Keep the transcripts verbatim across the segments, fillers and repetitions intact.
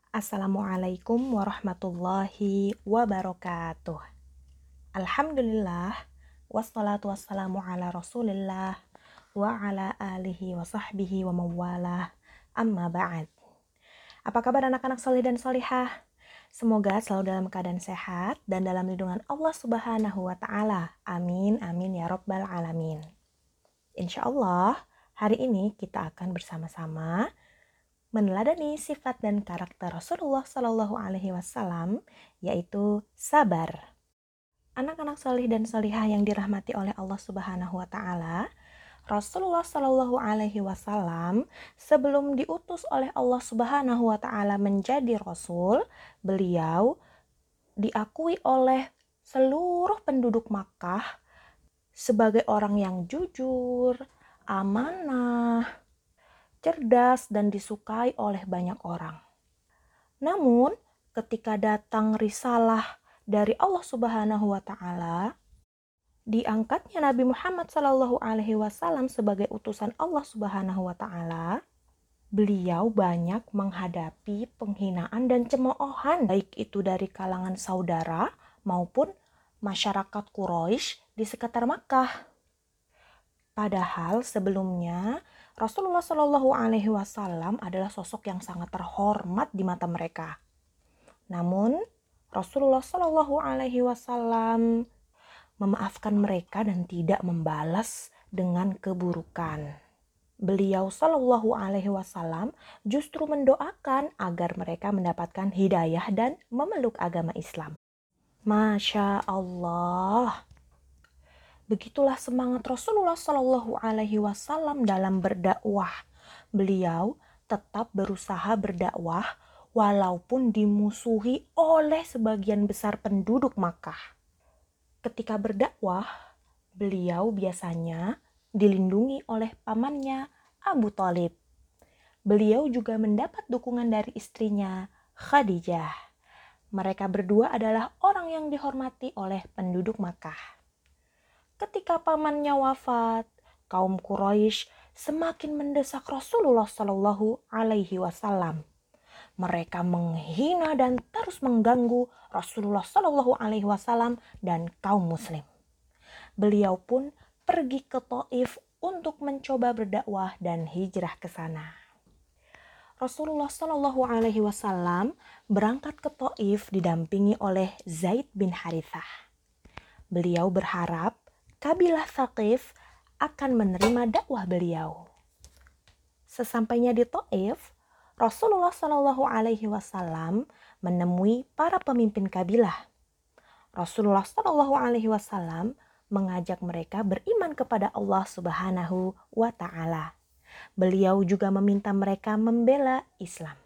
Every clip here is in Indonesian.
Assalamualaikum warahmatullahi wabarakatuh. Alhamdulillah, wassalatu wassalamu ala rasulillah, wa ala alihi wa sahbihi wa mawalah, amma ba'd. Apa kabar anak-anak soleh dan solihah? Semoga selalu dalam keadaan sehat dan dalam lindungan Allah subhanahu wa ta'ala. Amin, amin ya rabbal alamin. Insya Allah, hari ini kita akan bersama-sama meneladani sifat dan karakter Rasulullah Shallallahu Alaihi Wasallam, yaitu sabar. Anak-anak solih dan solihah yang dirahmati oleh Allah Subhanahu Wa Taala, Rasulullah Shallallahu Alaihi Wasallam sebelum diutus oleh Allah Subhanahu Wa Taala menjadi Rasul, beliau diakui oleh seluruh penduduk Makkah sebagai orang yang jujur, amanah, cerdas, dan disukai oleh banyak orang. Namun, ketika datang risalah dari Allah Subhanahu wa taala, diangkatnya Nabi Muhammad Shallallahu alaihi wasallam sebagai utusan Allah Subhanahu wa taala, beliau banyak menghadapi penghinaan dan cemoohan, baik itu dari kalangan saudara maupun masyarakat Quraisy di sekitar Makkah. Padahal sebelumnya Rasulullah Shallallahu Alaihi Wasallam adalah sosok yang sangat terhormat di mata mereka. Namun Rasulullah Shallallahu Alaihi Wasallam memaafkan mereka dan tidak membalas dengan keburukan. Beliau Shallallahu Alaihi Wasallam justru mendoakan agar mereka mendapatkan hidayah dan memeluk agama Islam. Masya Allah. Begitulah semangat Rasulullah Shallallahu Alaihi Wasallam dalam berdakwah. Beliau tetap berusaha berdakwah walaupun dimusuhi oleh sebagian besar penduduk Makkah. Ketika berdakwah, beliau biasanya dilindungi oleh pamannya Abu Thalib. Beliau juga mendapat dukungan dari istrinya Khadijah. Mereka berdua adalah orang yang dihormati oleh penduduk Makkah. Ketika pamannya wafat, kaum Quraisy semakin mendesak Rasulullah Shallallahu Alaihi Wasallam. Mereka menghina dan terus mengganggu Rasulullah Shallallahu Alaihi Wasallam dan kaum Muslim. Beliau pun pergi ke Taif untuk mencoba berdakwah dan hijrah ke sana. Rasulullah Shallallahu Alaihi Wasallam berangkat ke Taif didampingi oleh Zaid bin Harithah. Beliau berharap kabilah Thaqif akan menerima dakwah beliau. Sesampainya di Taif, Rasulullah Shallallahu Alaihi Wasallam menemui para pemimpin kabilah. Rasulullah Shallallahu Alaihi Wasallam mengajak mereka beriman kepada Allah Subhanahu wa Ta'ala. Beliau juga meminta mereka membela Islam.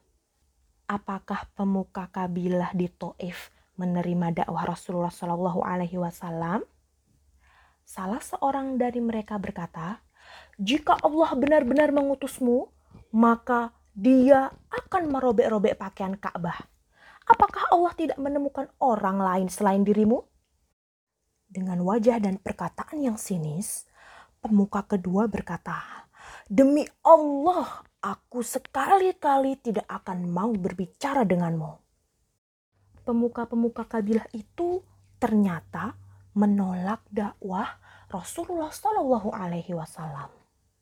Apakah pemuka kabilah di Taif menerima dakwah Rasulullah Shallallahu Alaihi Wasallam? Salah seorang dari mereka berkata, "Jika Allah benar-benar mengutusmu, maka Dia akan merobek-robek pakaian Ka'bah. Apakah Allah tidak menemukan orang lain selain dirimu?" Dengan wajah dan perkataan yang sinis, pemuka kedua berkata, "Demi Allah, aku sekali-kali tidak akan mau berbicara denganmu." Pemuka-pemuka kabilah itu ternyata menolak dakwah Rasulullah Shallallahu Alaihi Wasallam.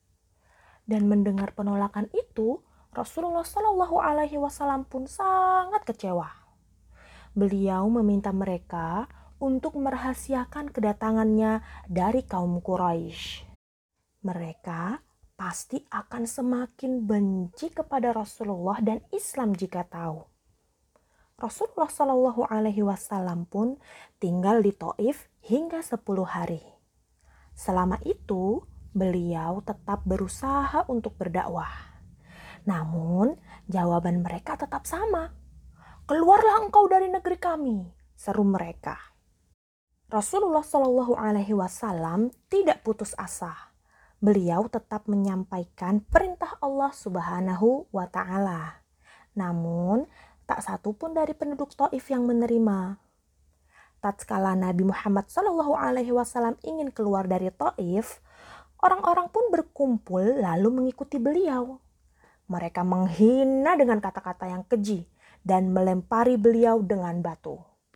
Dan mendengar penolakan itu, Rasulullah Shallallahu Alaihi Wasallam pun sangat kecewa. Beliau meminta mereka untuk merahasiakan kedatangannya dari kaum Quraisy. Mereka pasti akan semakin benci kepada Rasulullah dan Islam jika tahu. Rasulullah Shallallahu Alaihi Wasallam pun tinggal di Taif hingga sepuluh hari. Selama itu, beliau tetap berusaha untuk berdakwah. Namun, jawaban mereka tetap sama. "Keluarlah engkau dari negeri kami," seru mereka. Rasulullah Shallallahu Alaihi Wasallam tidak putus asa. Beliau tetap menyampaikan perintah Allah Subhanahu wa Ta'ala. Namun, tak satu pun dari penduduk Taif yang menerima. Tatkala Nabi Muhammad Shallallahu Alaihi Wasallam ingin keluar dari Taif, orang-orang pun berkumpul lalu mengikuti beliau. Mereka menghina dengan kata-kata yang keji dan melempari beliau dengan batu.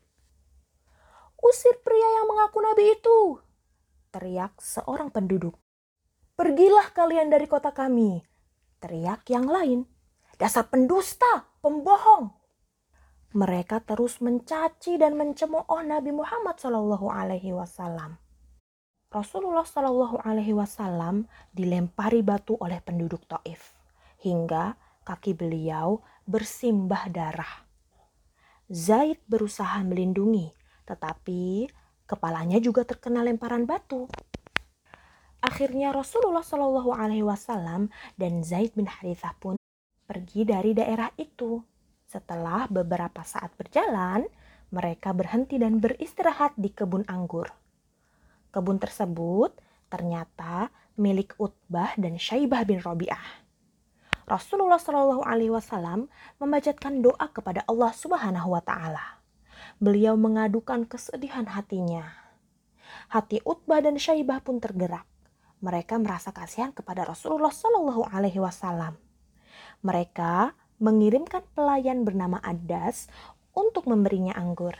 "Usir pria yang mengaku nabi itu!" teriak seorang penduduk. "Pergilah kalian dari kota kami!" teriak yang lain. "Dasar pendusta, pembohong!" Mereka terus mencaci dan mencemooh Nabi Muhammad shallallahu alaihi wasallam. Rasulullah shallallahu alaihi wasallam dilempari batu oleh penduduk Taif hingga kaki beliau bersimbah darah. Zaid berusaha melindungi, tetapi kepalanya juga terkena lemparan batu. Akhirnya Rasulullah shallallahu alaihi wasallam dan Zaid bin Harithah pun pergi dari daerah itu. Setelah beberapa saat berjalan, mereka berhenti dan beristirahat di kebun anggur. Kebun tersebut ternyata milik Utbah dan Syaibah bin Rabi'ah. Rasulullah shallallahu alaihi wasallam memanjatkan doa kepada Allah Subhanahu wa taala. Beliau mengadukan kesedihan hatinya. Hati Utbah dan Syaibah pun tergerak. Mereka merasa kasihan kepada Rasulullah shallallahu alaihi wasallam. Mereka mengirimkan pelayan bernama Adas untuk memberinya anggur.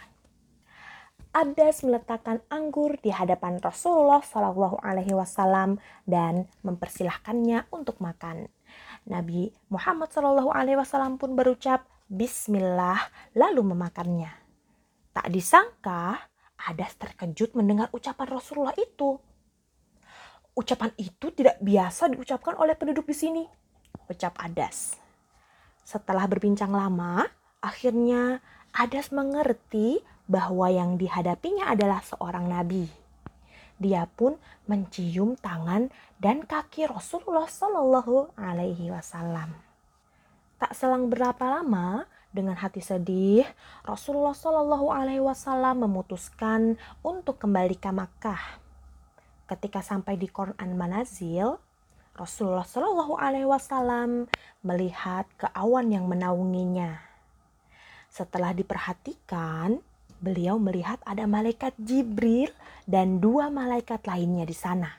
Adas meletakkan anggur di hadapan Rasulullah shallallahu alaihi wasallam dan mempersilahkannya untuk makan. Nabi Muhammad shallallahu alaihi wasallam pun berucap Bismillah lalu memakannya. Tak disangka Adas terkejut mendengar ucapan Rasulullah itu. "Ucapan itu tidak biasa diucapkan oleh penduduk di sini," ucap Adas. Setelah berbincang lama, akhirnya Adas mengerti bahwa yang dihadapinya adalah seorang nabi. Dia pun mencium tangan dan kaki Rasulullah Shallallahu Alaihi Wasallam. Tak selang berapa lama, dengan hati sedih, Rasulullah Shallallahu Alaihi Wasallam memutuskan untuk kembali ke Makkah. Ketika sampai di Qur'an Manazil, Rasulullah Shallallahu Alaihi Wasallam melihat ke awan yang menaunginya. Setelah diperhatikan, beliau melihat ada malaikat Jibril dan dua malaikat lainnya di sana.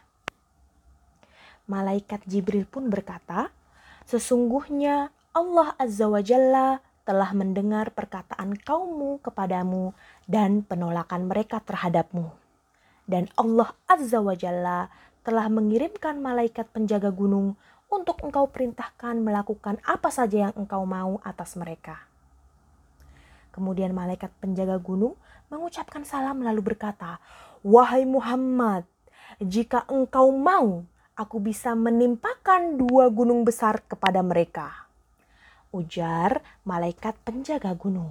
Malaikat Jibril pun berkata, "Sesungguhnya Allah Azza wa Jalla telah mendengar perkataan kaummu kepadamu dan penolakan mereka terhadapmu. Dan Allah Azza wa Jalla telah mengirimkan malaikat penjaga gunung untuk engkau perintahkan melakukan apa saja yang engkau mau atas mereka." Kemudian malaikat penjaga gunung mengucapkan salam lalu berkata, "Wahai Muhammad, jika engkau mau, aku bisa menimpakan dua gunung besar kepada mereka," ujar malaikat penjaga gunung.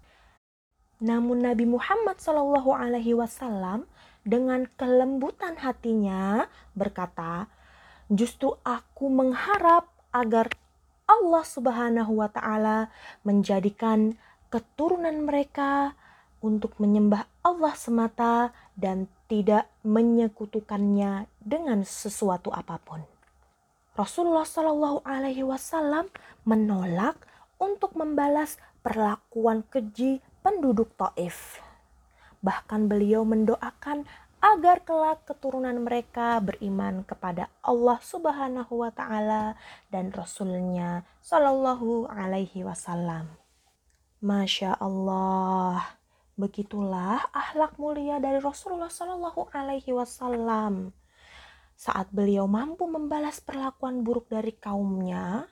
Namun Nabi Muhammad shallallahu alaihi wasallam dengan kelembutan hatinya berkata, "Justru aku mengharap agar Allah Subhanahu wa taala menjadikan keturunan mereka untuk menyembah Allah semata dan tidak menyekutukannya dengan sesuatu apapun." Rasulullah shallallahu alaihi wasallam menolak untuk membalas perlakuan keji penduduk Taif. Bahkan beliau mendoakan agar kelak keturunan mereka beriman kepada Allah Subhanahu wa taala dan Rasul-Nya sallallahu alaihi wasallam. Masya Allah, begitulah akhlak mulia dari Rasulullah sallallahu alaihi wasallam. Saat beliau mampu membalas perlakuan buruk dari kaumnya,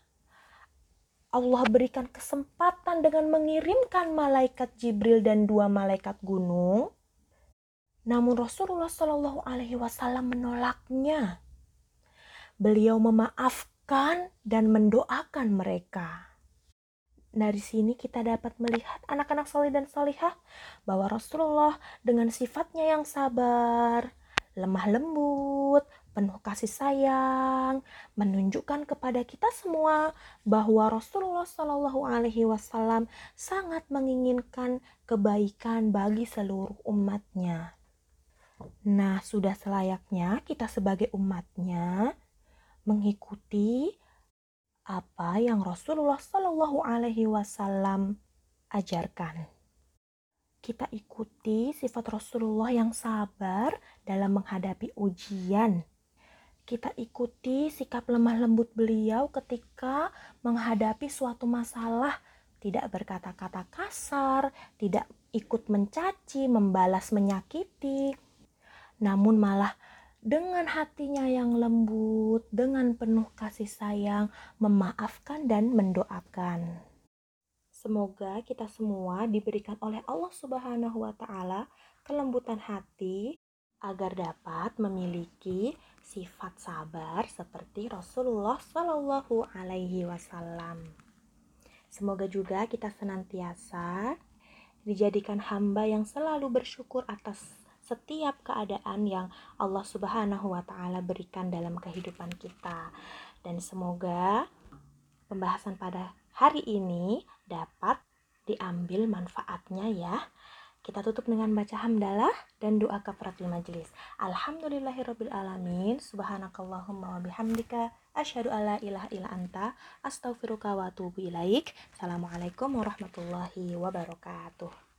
Allah berikan kesempatan dengan mengirimkan malaikat Jibril dan dua malaikat gunung. Namun Rasulullah shallallahu alaihi wasallam menolaknya. Beliau memaafkan dan mendoakan mereka. Dari sini kita dapat melihat anak-anak soleh dan solihah bahwa Rasulullah dengan sifatnya yang sabar, lemah lembut, penuh kasih sayang, menunjukkan kepada kita semua bahwa Rasulullah shallallahu alaihi wasallam sangat menginginkan kebaikan bagi seluruh umatnya. Nah, sudah selayaknya kita sebagai umatnya mengikuti apa yang Rasulullah shallallahu alaihi wasallam ajarkan. Kita ikuti sifat Rasulullah yang sabar dalam menghadapi ujian. Kita ikuti sikap lemah lembut beliau ketika menghadapi suatu masalah tidak berkata-kata kasar, tidak ikut mencaci, membalas menyakiti, namun malah dengan hatinya yang lembut, dengan penuh kasih sayang, memaafkan dan mendoakan. Semoga kita semua diberikan oleh Allah Subhanahu wa Ta'ala kelembutan hati agar dapat memiliki sifat sabar seperti Rasulullah Shallallahu Alaihi Wasallam. Semoga juga kita senantiasa dijadikan hamba yang selalu bersyukur atas setiap keadaan yang Allah Subhanahu wa Ta'ala berikan dalam kehidupan kita. Dan semoga pembahasan pada hari ini dapat diambil manfaatnya ya. Kita tutup dengan baca hamdalah dan doa kafaratul majelis. Alhamdulillahirabbil alamin. Subhanakallahumma wa bihamdika asyhadu alla ilaha illa anta astaghfiruka wa atubu ilaik. Assalamualaikum warahmatullahi wabarakatuh.